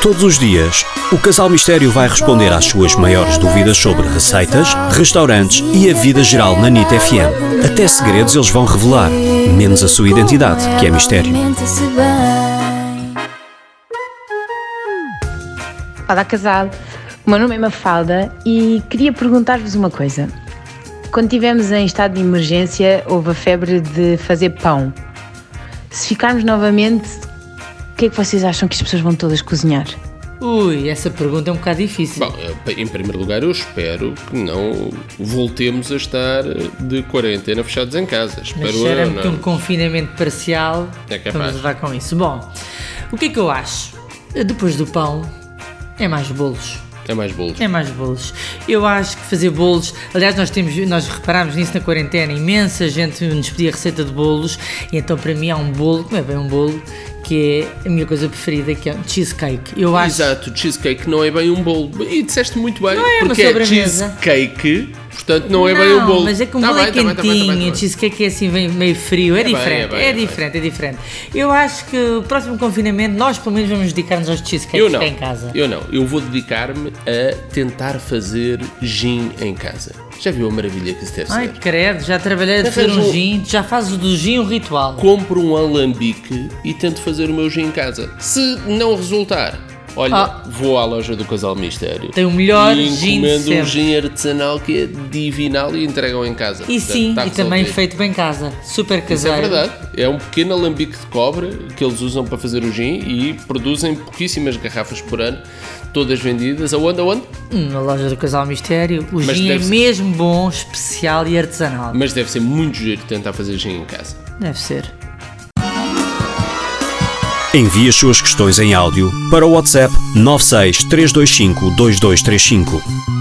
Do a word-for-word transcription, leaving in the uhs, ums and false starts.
Todos os dias, o Casal Mistério vai responder às suas maiores dúvidas sobre receitas, restaurantes e a vida geral na NIT F M. Até segredos eles vão revelar, menos a sua identidade, que é mistério. Olá, casal. O meu nome é Mafalda e queria perguntar-vos uma coisa. Quando estivemos em estado de emergência, houve a febre de fazer pão. Se ficarmos novamente, o que é que vocês acham que as pessoas vão todas cozinhar? Ui, essa pergunta é um bocado difícil. Bom, em primeiro lugar, eu espero que não voltemos a estar de quarentena fechados em casa. Espero Mas eu, cheira-me que não. um confinamento parcial É capaz. vamos levar com isso. Bom, o que é que eu acho? Depois do pão, é mais bolos. É mais bolos. É mais bolos. Eu acho que fazer bolos, aliás, nós temos, nós reparámos nisso na quarentena, imensa gente nos pedia receita de bolos, e então para mim há um bolo, que não é bem um bolo, que é a minha coisa preferida, que é um cheesecake. Eu acho... Exato, cheesecake não é bem um bolo. E disseste muito bem, Não é uma porque é sobremesa. cheesecake, portanto não é não, bem um bolo. mas é que um Tá bolo bem, é tá bem, tá bem, tá bem, tá quentinho, bem. cheesecake é assim bem- meio frio, é, É bem, diferente, é bem, é, é bem. diferente, é diferente. Eu acho que o próximo confinamento nós pelo menos vamos dedicar-nos aos cheesecakes Eu não, cá em casa. eu não. Eu vou dedicar-me a tentar fazer gin em casa. Já viu a maravilha que isso deve Ai, ser? credo, já trabalhei a Já fazer fez um um- gin, já fazes do gin um ritual. Compro um alambique e tento fazer o meu gin em casa. Se não resultar, olha, Ah. vou à loja do Casal Mistério. Tem o melhor e gin de encomendo um sempre. gin artesanal que é divinal e entregam em casa. E Portanto, sim, tá e também resolvido. feito bem em casa, super Isso caseiro. é verdade. É um pequeno alambique de cobre que eles usam para fazer o gin e produzem pouquíssimas garrafas por ano, todas vendidas. Aonde, aonde? Hum, Na loja do Casal Mistério, o Mas gin é deve ser- mesmo bom, especial e artesanal. Mas deve ser muito giro tentar fazer gin em casa. Deve ser. Envie as suas questões em áudio para o WhatsApp nove seis três dois cinco dois dois três cinco.